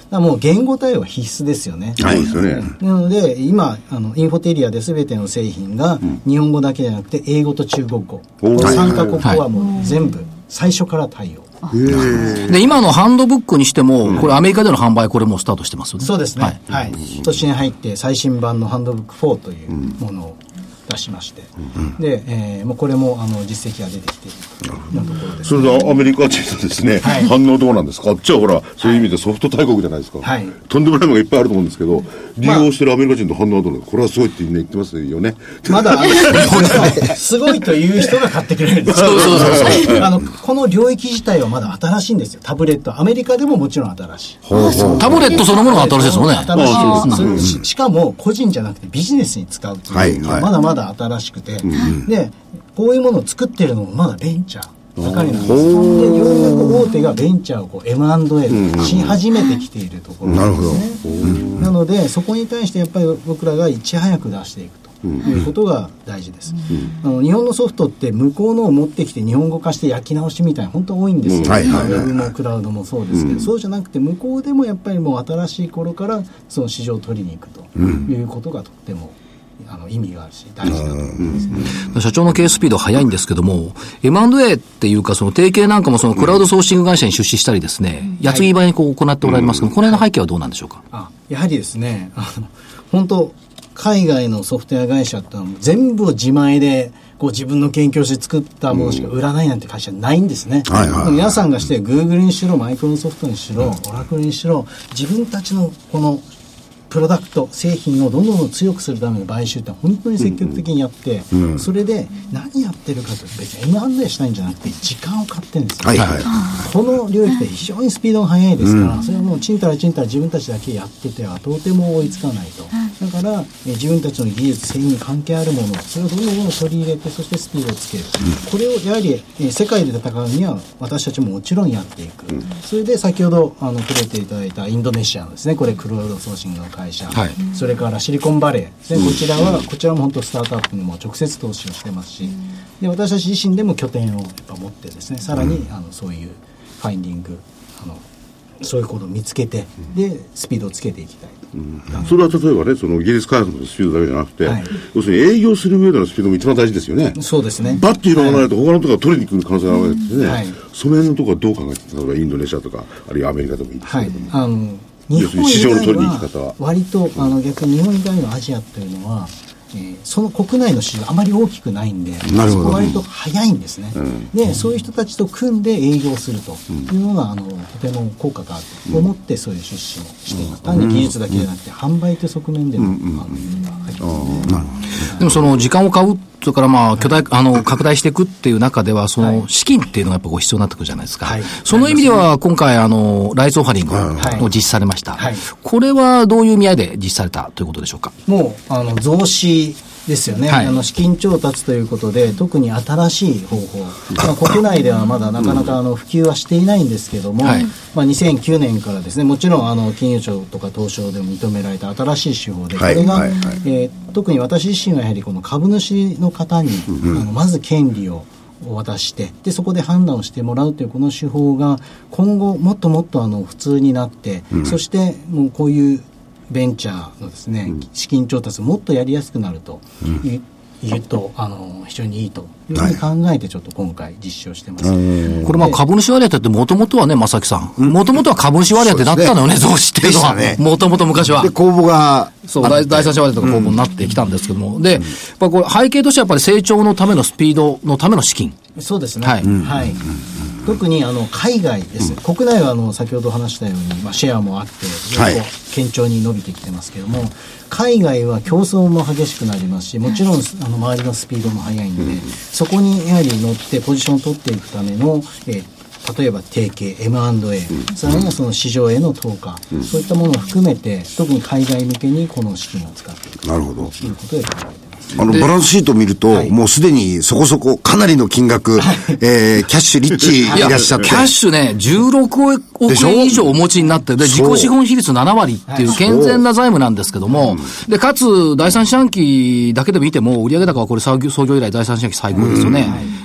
らもう言語対応は必須ですよね。 はいですよね。 なので今あのインフォテリアで全ての製品が日本語だけじゃなくて英語と中国語、このさんカ国はもう全部最初から対応。 で今のハンドブックにしても、これアメリカでの販売これもうスタートしてますよね。 そうですね。はい。はい、今年に入って最新版のハンドブックフォーというものを出しまして、うん、で、えー、もうこれもあの実績が出てきているというところです、ね。 それでアメリカ人とですね、はい、反応どうなんですか。あっちはほらそういう意味でソフト大国じゃないですか。はい、とんでもないものがいっぱいあると思うんですけど、利用してるアメリカ人の反応はどうなんですか。これはすごいって言ってますよね。 まだすごいという人が買ってくれるんです。そうそうそうそう。あのこの領域自体はまだ新しいんですよ。タブレットアメリカでももちろん新しい。 タブレットそのものが新しいですもんね。 新しいです。しかも個人じゃなくてビジネスに使うというのはまだまだ新しくて。うん、でこういうものを作ってるのもまだベンチャーばかりなんです。でようやく大手がベンチャーをこう エムアンドエー し始めてきているところなんですね。なるほど。なのでそこに対してやっぱり僕らがいち早く出していくということが大事です、うん、あの日本のソフトって向こうのを持ってきて日本語化して焼き直しみたいな本当多いんですよ、うんはいはいはい、ウェブもクラウドもそうですけど、うん、そうじゃなくて向こうでもやっぱりもう新しい頃からその市場を取りに行くということがとってもあの意味があるし大事だと思いますね。 社長の経営スピード速いんですけども エムアンドエー っていうかその提携なんかもそのクラウドソーシング会社に出資したりですね、うん、矢継ぎ早にこう行っておられますけど、はい、この辺の背景はどうなんでしょうか。 あやはりですねあの本当海外のソフトウェア会社ってのは全部を自前でこう自分の研究して作ったものしか売らないなんて会社ないんですね、うんはいはいはい、皆さんがして Google にしろマイクロソフトにしろ、うん、オラクルにしろ自分たちのこのプロダクト製品をどんどん強くするための買収って本当に積極的にやって、うんうん、それで何やってるかと別に エムアンドエー したいんじゃなくて時間を買ってるんですよ、はいはい、この領域って非常にスピードが速いですから、うん、それはもうちんたらちんたら自分たちだけやってては到底も追いつかないと、だからえ自分たちの技術製品に関係あるものそれをどんどんどんどん取り入れてそしてスピードをつける、うん、これをやはりえ世界で戦うには私たちももちろんやっていく、うん、それで先ほどあの触れていただいたインドネシアのですねこれクロードソーシングの会社、はい、それからシリコンバレーですね、こちらはこちらも本当スタートアップにも直接投資をしてますし、で私たち自身でも拠点をやっぱ持ってですねさらにあのそういうファインディングあのそういうことを見つけてでスピードをつけていきたい、うん、 それは例えばねその技術開発のスピードだけじゃなくて、はい、要するに営業する上でのスピードも一番大事ですよね。 そうですね。 バッと広がらないと他のところが取りに来る可能性があるわけですね、うんはい、その辺のところはどう考えて例えばインドネシアとかあるいはアメリカでもいいですけれども、はい、あの日本以外は割とあの逆に日本以外のアジアというのは、えー、その国内の市場あまり大きくないんでそこ割と早いんですね、うん、でそういう人たちと組んで営業するというのがあのとても効果があると思ってそういう出資をしています、うん、単に技術だけじゃなくて、うん、販売という側面でも、うん、あの意味が入ってますね。 でもその時間を買うそれからまあ巨大、あの、拡大していくっていう中では、その資金っていうのがやっぱこう必要になってくるじゃないですか。はい、その意味では、今回、あの、ライツオファリングを実施されました。はいはい、これはどういう意味合いで実施されたということでしょうか。 もう、あの、増資ですよね、はい、あの資金調達ということで特に新しい方法、まあ、国内ではまだなかなかあの普及はしていないんですけども、はいまあ、にせんきゅうねんからですねもちろんあの金融庁とか東証でも認められた新しい手法でこれが、はいはいはいえー、特に私自身はやはりこの株主の方に、うん、あのまず権利を渡してでそこで判断をしてもらうというこの手法が今後もっともっとあの普通になって、うん、そしてもうこういうベンチャーのですね、うん、資金調達をもっとやりやすくなるという、うん、いうとあの非常にいいというふうに考えてちょっと今回実施をしてます、 はい、これまあ株主割当ってもともとはね正木さんもともとは株主割当だったのよね増資っていうのはもともと昔はで公募がそう第三者割当とか公募になってきたんですけども、うん、でやっぱこれ背景としてはやっぱり成長のためのスピードのための資金そうですねはい、うんはい、特にあの海外です、うん、国内はあの先ほど話したように、まあ、シェアもあって堅調に伸びてきてますけども、はい、海外は競争も激しくなりますしもちろんあの周りのスピードも速いんで、うん、そこにやはり乗ってポジションを取っていくための、えー、例えば提携 エムアンドエー、うん、さらにはその市場への投下、うん、そういったものを含めて特に海外向けにこの資金を使っていくということで考えています。 あのバランスシートを見ると、はい、もうすでにそこそこかなりの金額、はいえー、キャッシュリッチいらっしゃってキャッシュねじゅうろくおくえん以上お持ちになってで自己資本比率ななわりっていう健全な財務なんですけども、でかつ第三四半期だけで見ても売上高はこれ創業以来第三四半期最高ですよね、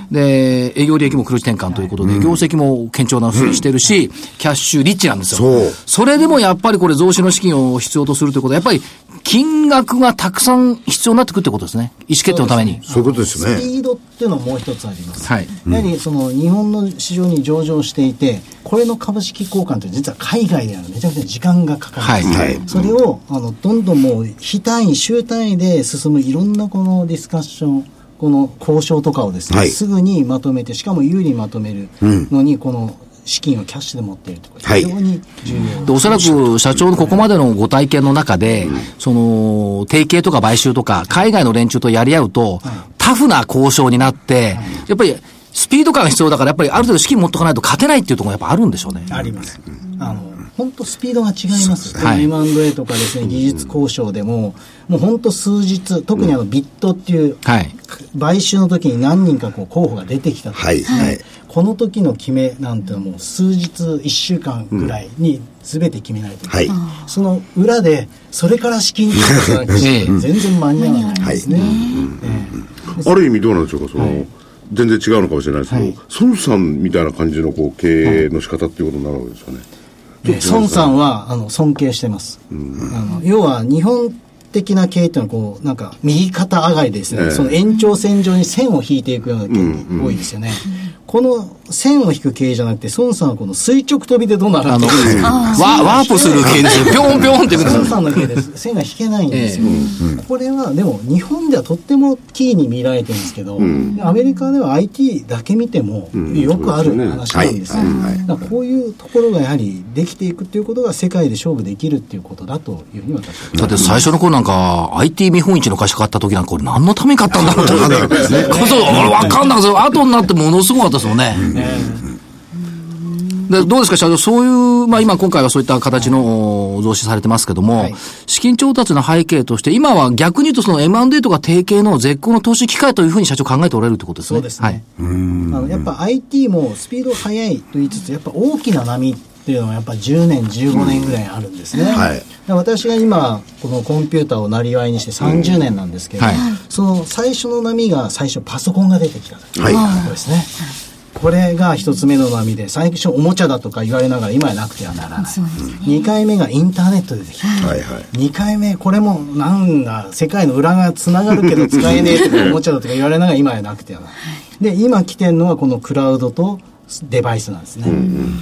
で、営業利益も黒字転換ということで、はい、業績も堅調な数字してるし、うん、キャッシュリッチなんですよ。そう。それでもやっぱりこれ増資の資金を必要とするということは、やっぱり金額がたくさん必要になってくるってことですね。意思決定のために。 そういうことですね。 スピードっていうのももう一つあります。はい。やはりその日本の市場に上場していて、これの株式交換って実は海外でやるめちゃくちゃ時間がかかるんです、はいはい、それをあのどんどんもう日単位週単位で進むいろんなこのディスカッションこの交渉とかをですね、はい、すぐにまとめてしかも有利にまとめるのに、うん、この資金をキャッシュで持っているということが非常に重要、はい、 でおそらく社長のここまでのご体験の中で、はい、その提携とか買収とか海外の連中とやり合うと、はい、タフな交渉になって、はい、やっぱりスピード感が必要だからやっぱりある程度資金持っとかないと勝てないっていうところがやっぱあるんでしょうね。 あります。あの本当スピードが違います。はい、エムアンドエー とかですね、技術交渉でも、もう本当数日、特にあのビットっていう、はい、買収の時に何人かこう候補が出てきたときですね、はいはい、この時の決めなんてのはもう数日、いっしゅうかんぐらいに全て決めないといけない。うんはい、その裏で、それから資金調達なんかして全然間に合わないんですね。 ある意味どうなんでしょうか、その、はい、全然違うのかもしれないですけど、はい、孫さんみたいな感じのこう経営の仕方っていうことになるわけですかね。 孫さんはあの尊敬してます、うん、あの要は日本的な経営というのはこうなんか右肩上がりですね、えー、その延長線上に線を引いていくような経営が多いですよね、うんうん、この線を引く経営じゃなくて孫さんはこの垂直跳びでどうなるかというワープする経営ですよ。ピョンピョンって孫さんの経営です線が引けないんですよ、えーうん、これはでも日本ではとってもキーに見られてるんですけど、うん、アメリカでは アイティー だけ見てもよくある話なんですよ、うんはいはい、だからこういうところがやはりできていくっていうことが世界で勝負できるっていうことだというふうに私はだって最初の頃なんか アイティー 見本市の会社買った時なんかこれ何のために買ったんだろうとかね分かんないですよ。後になってものすごかったですもんね、うんでどうですか社長、そういう、まあ今今回はそういった形の増資されてますけども、はい、資金調達の背景として、今は逆に言うとその エムアンドエー とか提携の絶好の投資機会というふうに社長考えておられるということですね。 そうですね。はい、うーんあのやっぱ アイティー もスピード速いと言いつつ、やっぱ大きな波っていうのはやっぱじゅうねん、じゅうごねんぐらいあるんですね。はい、私が今、このコンピューターをなりわいにしてさんじゅうねんなんですけど、はい、その最初の波が最初パソコンが出てきたということですね。これが一つ目の波で、最初おもちゃだとか言われながら今やなくてはならない。二、ね、回目がインターネットでできた。はいはい、二回目、これもなんだ、世界の裏がつながるけど使えねえとかおもちゃだとか言われながら今やなくてはならない。で、今来てるのはこのクラウドとデバイスなんですね、うんうん、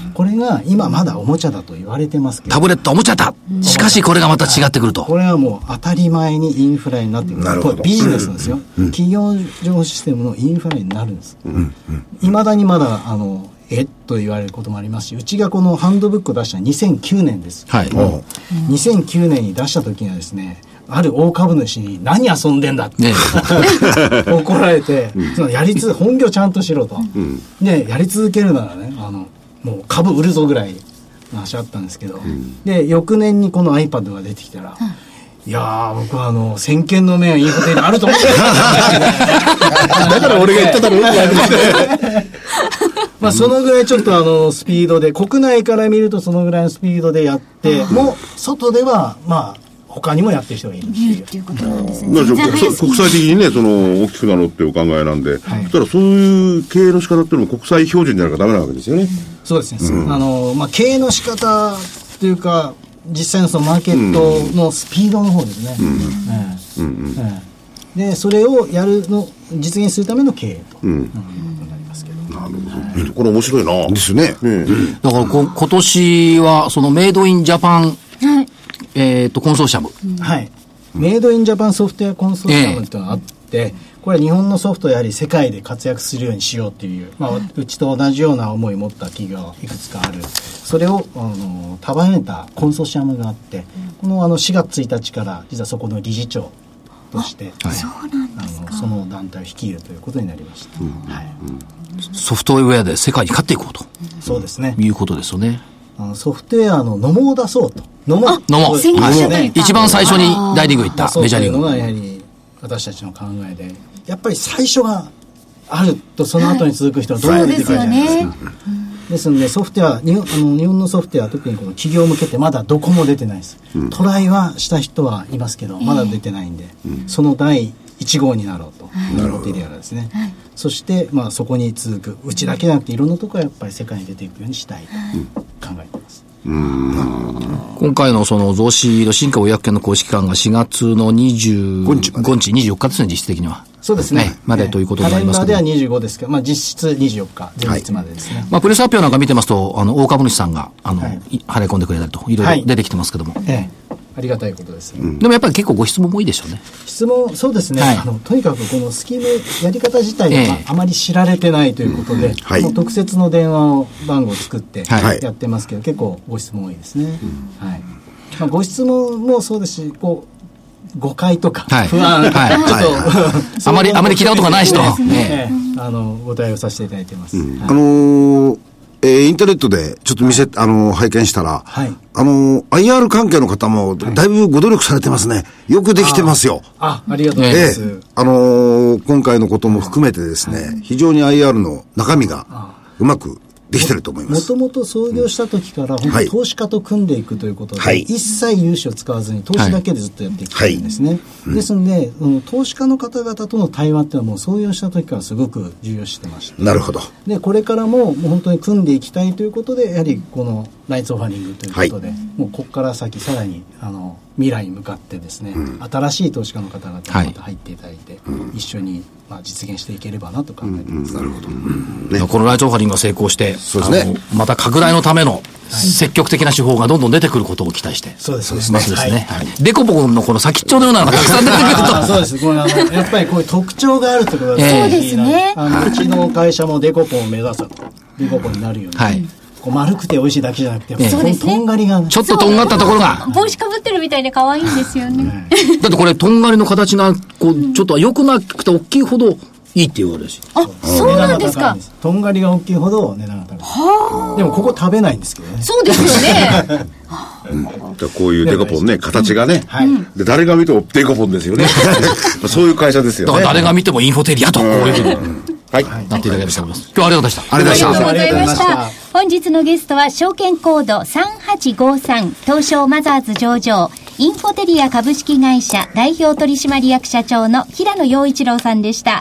これが今まだおもちゃだと言われてますけど、 タブレットおもちゃだ、しかしこれがまた違ってくると、 これはもう当たり前にインフラになってくる。これビジネスですよ、うんうん、企業上システムのインフラになるんです。いま、うん、だにまだあのえっと言われることもありますし、うちがこのハンドブックを出したのはにせんきゅうねんです、はい、にせんきゅうねんに出した時にはですね、ある大株主に何遊んでんだって、ね、怒られて、うん、そのやりつ本業ちゃんとしろと、うん、でやり続けるならね、あのもう株売るぞぐらいの話あったんですけど、うん、で翌年にこの iPad が出てきたら、うん、いやー僕はあの先見の明はいいことにあると思ってだから俺が言っただろうまあそのぐらいちょっとあのスピードで、国内から見るとそのぐらいのスピードでやっても、外ではまあ他にもやってる人がいるっていうことなんですね。 国際的にね、その大きくなろうっていうお考えなんで、はい、そしたらそういう経営の仕方っていうのも国際標準じゃなきゃダメなわけですよね。 そうですね、うん、あのまあ、経営の仕方というか実際のそのマーケットのスピードの方ですね、うんうんうんうん、でそれをやるの実現するための経営と、うんうん、なりますけど、なるほど、はい、これ面白いなですね、うん、 だからこ今年はそのメイドインジャパン、はいえー、とコンソーシアム、うん、 はい、メイドインジャパンソフトウェアコンソーシアムというのがあって、えー、これは日本のソフトをやはり世界で活躍するようにしようっていう、まあ、うちと同じような思いを持った企業がいくつかある、それをあの束ねたコンソーシアムがあって、このあのしがつついたちから実はそこの理事長として、はい、 そうなんですか、 あのその団体を率いるということになりました、うんはい、 ソフトウェアで世界に勝っていこうと、 うん、そうですね、 いうことですよね。 あのソフトウェアのノモを出そうと、ノモ、 ノモ、はい、一番最初に大リーグ行ったメジャーリーグ、 そういうのがやはり私たちの考えで、やっぱり最初があるとその後に続く人はどんどん出てくるじゃないですか、はい、ですよね、ですのでソフトウェア、日本、あの日本のソフトウェア、特にこの企業向けってまだどこも出てないです、うん、トライはした人はいますけどまだ出てないんで、うん、その第いち号になろうと、インフォテリアがですね、はい、そして、まあ、そこに続くうちだけじゃなくていろんなところがやっぱり世界に出ていくようにしたいと考えています。 うーん、今回のその増資の新華違約権の公式期間がしがつのにじゅうごにち、にじゅうよっかですね、実質的には。 そうですね。 ねまでということになりますけど。 カレンダーではにじゅうごですけど、まあ実質にじゅうよっか、前日までですね。はい、 まあプレス発表なんか見てますと、あの、大株主さんが、あの、はい、払い込んでくれたりと、いろいろ出てきてますけども。はい、ええ。ありがたいことです、ねうん。でもやっぱり結構ご質問も多いでしょうね。 質問、そうですね。はい、あの、とにかくこのスキームやり方自体があまり知られてないということで、ええはい、もう特設の電話を番号を作ってやってますけど、はい、結構ご質問多いですね。うん、はい。まあ、ご質問もそうですし、こう、誤解とか不安、はいはい、ちょっと、はい、 あまりあまり聞いたことがない人、 ね、あのご対応させていただいてます。うんはい、あのーえー、インターネットでちょっと見せ、はい、あのー、拝見したら、はい、あのー、アイアール 関係の方もだいぶご努力されてますね。よくできてますよ。 あ、あ、ありがとうございます。えー、 あのー、今回のことも含めてですね、はい、非常に アイアール の中身がうまくできてると思います。 もともと創業した時から、本当に投資家と組んでいくということで、はい、一切融資を使わずに投資だけでずっとやってきてるんですね。はいはい、ですので、うん、投資家の方々との対話っていうのはもう創業した時からすごく重要視してました。 なるほど。 で、これからももう本当に組んでいきたいということで、やはりこのライツオファリングということで、はい、もうここから先さらにあの未来に向かってですね、うん、新しい投資家の方々にまた入っていただいて、はい、一緒にまあ実現していければなと考えています。 うんうん、なるほど。 うんね、このライツオファリングが成功して、そうですね、また拡大のための積極的な手法がどんどん出てくることを期待して、 そうですね。 ますですね。はいはい、デコポコのこの先っちょのようなのがたくさん出てくると、 そうです。これあのやっぱりこういう特徴があるということが、 そうですね。 あのうちの会社もデコポンを目指すと、デコポンになるように。はい。こう丸くて美味しいだけじゃなくて、そうですね、とんがりが、 ちょっととんがったところが帽子かぶってるみたいで可愛いんですよね。 だってこれとんがりの形がこうちょっと良くなくて大きいほどいいって言われるし。 あ、そうなんですか。 とんがりが大きいほど値段が高い。はあ。でもここ食べないんですけどね。 そうですよね。 うん、こういうデコポンね、形がね、うんはい、で誰が見てもデコポンですよね。そういう会社ですよね。 だから誰が見てもインフォテリアとこういうふうに、うんはい、なっていただければと思います。今日はありがとうございました。 ありがとうございました。本日のゲストは証券コードさんはちごさん東証マザーズ上場インフォテリア株式会社代表取締役社長の平野陽一郎さんでした。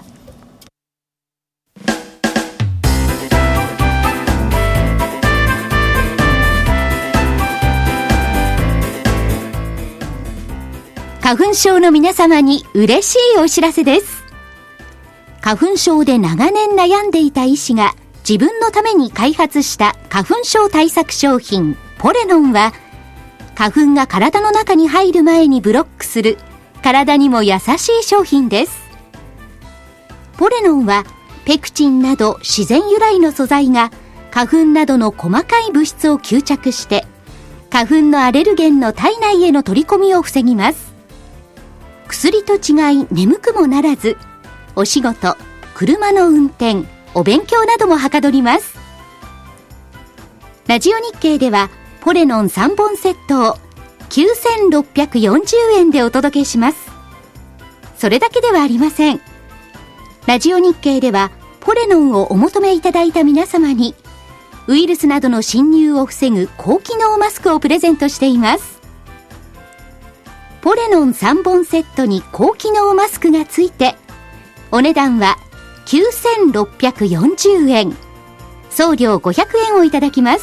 花粉症の皆様に嬉しいお知らせです。花粉症で長年悩んでいた医師が自分のために開発した花粉症対策商品ポレノンは、花粉が体の中に入る前にブロックする体にも優しい商品です。ポレノンはペクチンなど自然由来の素材が花粉などの細かい物質を吸着して花粉のアレルゲンの体内への取り込みを防ぎます。薬と違い眠くもならず、お仕事、車の運転、お勉強などもはかどります。ラジオ日経ではポレノンさんぼんセットをきゅうせんろっぴゃくよんじゅうえんでお届けします。それだけではありません。ラジオ日経ではポレノンをお求めいただいた皆様にウイルスなどの侵入を防ぐ高機能マスクをプレゼントしています。ポレノンさんぼんセットに高機能マスクがついてお値段はきゅうせんろっぴゃくよんじゅうえん、送料ごひゃくえんをいただきます。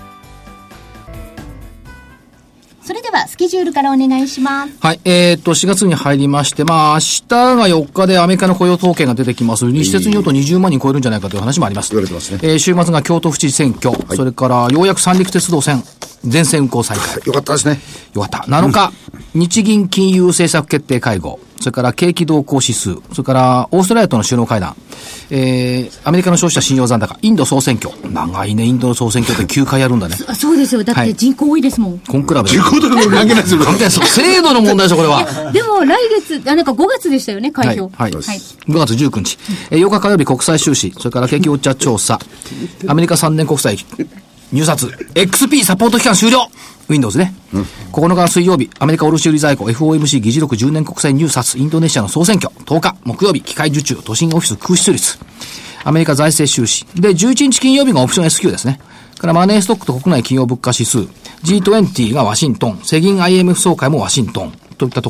それではスケジュールからお願いします。 はい、えー、っとしがつに入りまして、まあ明日がよっかでアメリカの雇用統計が出てきます。西鉄によるとにじゅうまんにん超えるんじゃないかという話もあります。 言われてますね。 えー、週末が京都府知事選挙、はい、それからようやく三陸鉄道線全線運行再開。 よかったですね。 よかった。なのか、うん、日銀金融政策決定会合、それから景気動向指数、それからオーストラリアとの首脳会談、えー、アメリカの消費者信用残高、インド総選挙。長いね、インドの総選挙ってきゅうかいやるんだね。 そ, そうですよ。だって人口多いですもん。 コンクラベ。 人口とか関係ないですよ。 関係ないですよ。制度の問題ですよ、これは。 でも来月、あ、なんかごがつでしたよね、開票。 はい。はいはい、ごがつじゅうくにち。えー、ようか火曜日国際収支、それから景気ウォッチャー調査、アメリカさんねん国債入札、エックスピー サポート期間終了。Windows ね、うん、ここのか水曜日、アメリカ卸売在庫 エフオーエムシー 議事録じゅうねん国債入札、インドネシアの総選挙、とおか木曜日、機械受注、都心オフィス空室率、アメリカ財政収支で、じゅういちにち金曜日がオプション エスキュー ですね。からマネーストックと国内企業物価指数、ジートゥエンティー がワシントン、世銀 アイエムエフ 総会もワシントンといったところが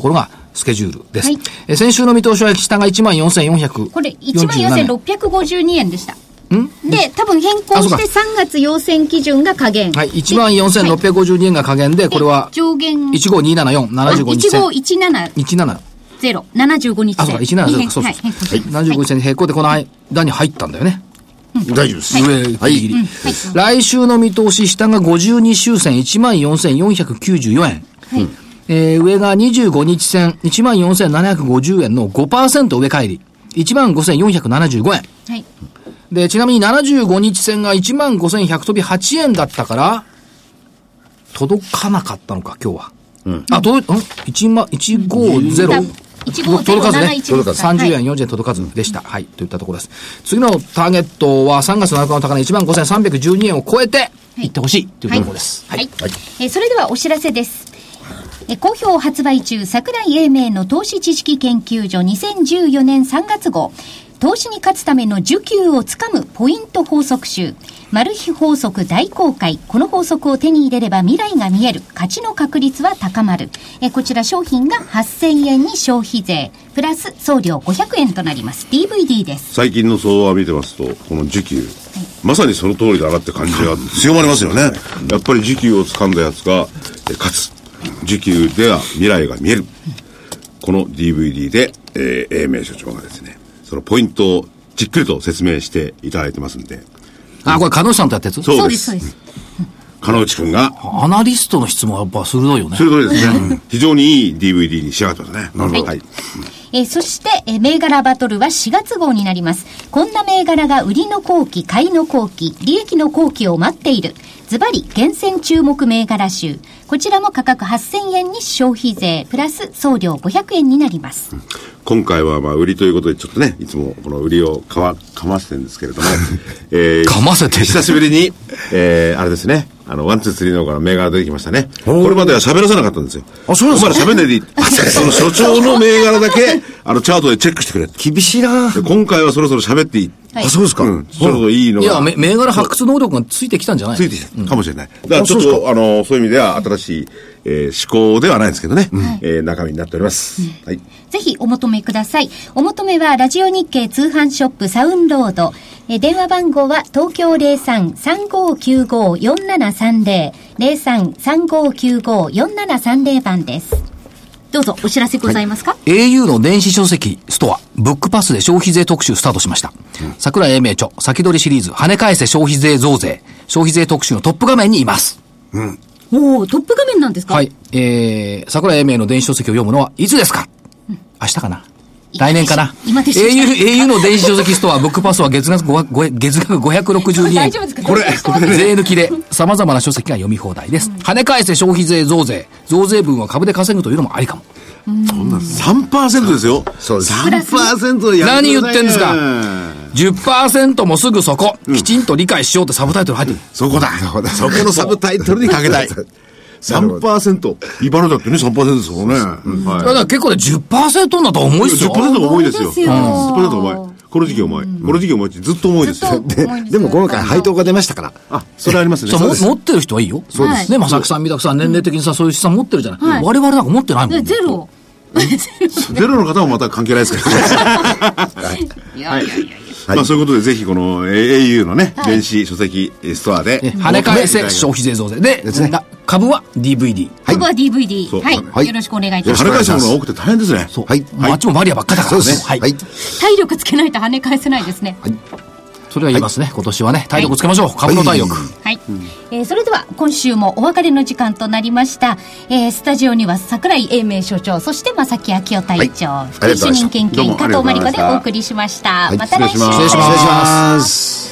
スケジュールです。はい、え先週の見通しは下がいちまんよんせんよんひゃく。 これいちまんよんせんろっぴゃくごじゅうにえんでした。んで、多分変更してさんがつ要請基準が下限。 はい。いちまんよんせんろっぴゃくごじゅうにえんが下限で、これは上限いちごにーななよん、ななじゅうごにち線。 いちごいちなな。 いちなな。 ゼロ、ななじゅうごにち線。 あ、そうか、いちななゼロか、そうそう。はい。ななじゅうごにち線に並行でこの間に入ったんだよね。 大丈夫です。 上、ギリギリ。来週の見通し、下がごじゅうに週線いちまんよんせんよんひゃくきゅうじゅうよえん。はい。えー、上がにじゅうごにち線いちまんよんせんななひゃくごじゅうえんの ごパーセント 上返り。いちまんごせんよんひゃくななじゅうごえん。はい。で、ちなみにななじゅうごにち線がいちまんごせんひゃく飛びはちえんだったから、届かなかったのか、今日は。うん。あ、届い、ん ?いちまん、いちごゼロ。 いちごゼロ届かずね。届かず。さんじゅうえん、よんじゅうえん届かずでした。はい。といったところです。次のターゲットはさんがつなのかの高値いちまんごせんさんびゃくじゅうにえんを超えていってほしいというところです。 はい。はいはい、えー、それではお知らせです。え好評発売中、櫻井英明の投資知識研究所にせんじゅうよねんさんがつ号。投資に勝つための需給をつかむポイント法則集。マル秘法則大公開。この法則を手に入れれば未来が見える。勝ちの確率は高まる。えこちら商品がはっせんえんに消費税。プラス送料ごひゃくえんとなります。ディーブイディー です。 最近の相場を見てますと、この需給。はい、まさにその通りだなって感じが強まりますよね。やっぱり需給を掴んだやつが勝つ。需給では未来が見える。この ディーブイディー で、えー、英明所長がですね、そのポイントをじっくりと説明していただいてますんで。 あ、これ、加納さんとやったやつ？ そうです。そうです、そうです。加納内くんが。 アナリストの質問はやっぱ鋭いよね。 鋭いですね。非常にいい ディーブイディー に仕上がってますね。なるほど。はい。 えー、そして、えー、銘柄バトルはしがつ号になります。こんな銘柄が売りの後期、買いの後期、利益の後期を待っている。ズバリ厳選注目銘柄集。こちらも価格はっせんえんに消費税プラス送料ごひゃくえんになります。 今回はまあ売りということでちょっとね、いつもこの売りをかわかませてるんですけれども、 えー、かませて久しぶりに、えー、あれですね、あのワンツースリーのから銘柄出てきましたね。これまでは喋らさなかったんですよ。 あ、そうですか。 まだ喋んないでいい。その所長の銘柄だけあのチャートでチェックしてくれ。 厳しいな。 今回はそろそろ喋っていい。 はい、あ、そうですか。 うん。ちょうどいいのが。 いや、銘柄発掘能力がついてきたんじゃない？ ついてきたかもしれない。だからちょっと、あの、そういう意味では新しい、えー、思考ではないんですけどね、うん、えー、中身になっております。うん、はい。 ぜひお求めください。お求めはラジオ日経通販ショップサウンロード。えー、電話番号は東京 ゼロさん さんごきゅうご よんななさんゼロ ゼロさん さんごきゅうご よんななさんゼロ番です。どうぞお知らせございますか？はい、 エーユー の電子書籍ストア、ブックパスで消費税特集スタートしました。うん、桜井英明著、先取りシリーズ、跳ね返せ消費税増税、消費税特集のトップ画面にいます。 うん。おー、トップ画面なんですか？ はい。えー、桜井英明の電子書籍を読むのはいつですか？うん、明日かな？来年かな。 今でしょ。 au、au の電子書籍ストア、ブックパスは月額5、月額ごひゃくろくじゅうにえん。 大丈夫ですか？ これ、税抜きで様々な書籍が読み放題です。うん、跳ね返せ消費税増税。増税分は株で稼ぐというのもありかも。 そんな さんパーセント ですよ。 そうです。 さんパーセント でやる。 何言ってんですか？ じゅっパーセント もすぐそこ、うん、きちんと理解しようってサブタイトル入ってる。 そこだ。そこのサブタイトルにかけたい。さんパーセント。茨城だってね、さんパーセント ですもんね。うんはい、 だから結構ね、じゅっパーセント だと重いっすよ。 じゅっパーセント が重いですよ。じゅっパーセント が重い。この時期重い。この時期重いってずっと重いですよ。 で, でも今回配当が出ましたから。 あ、それありますね。 そう持ってる人はいいよ。 そうです。 ね、正木さん、三宅さん、年齢的にさ、そういう資産持ってるじゃない。はい、我々なんか持ってないもん。 ゼロ。 ゼロの方もまた関係ないですからね。いやいやいや。まあそういうことでぜひこの エーユー のね、電子書籍ストアで跳ね返せ消費税増税で、株は ディーブイディー。 株は ディーブイディー。はい。よろしくお願いいたします。 跳ね返すものが多くて大変ですね。 そう。はい。あっちもバリアばっかだからね。 はい。 体力つけないと跳ね返せないですね。はい。 それは言いますね。今年はね、体力つけましょう。株の体力。 はい。えー、それでは今週もお別れの時間となりました。えー、スタジオには櫻井英明所長、そして正木昭夫隊長、福井主任研究員加藤真理子でお送りしました。また来週。 失礼します。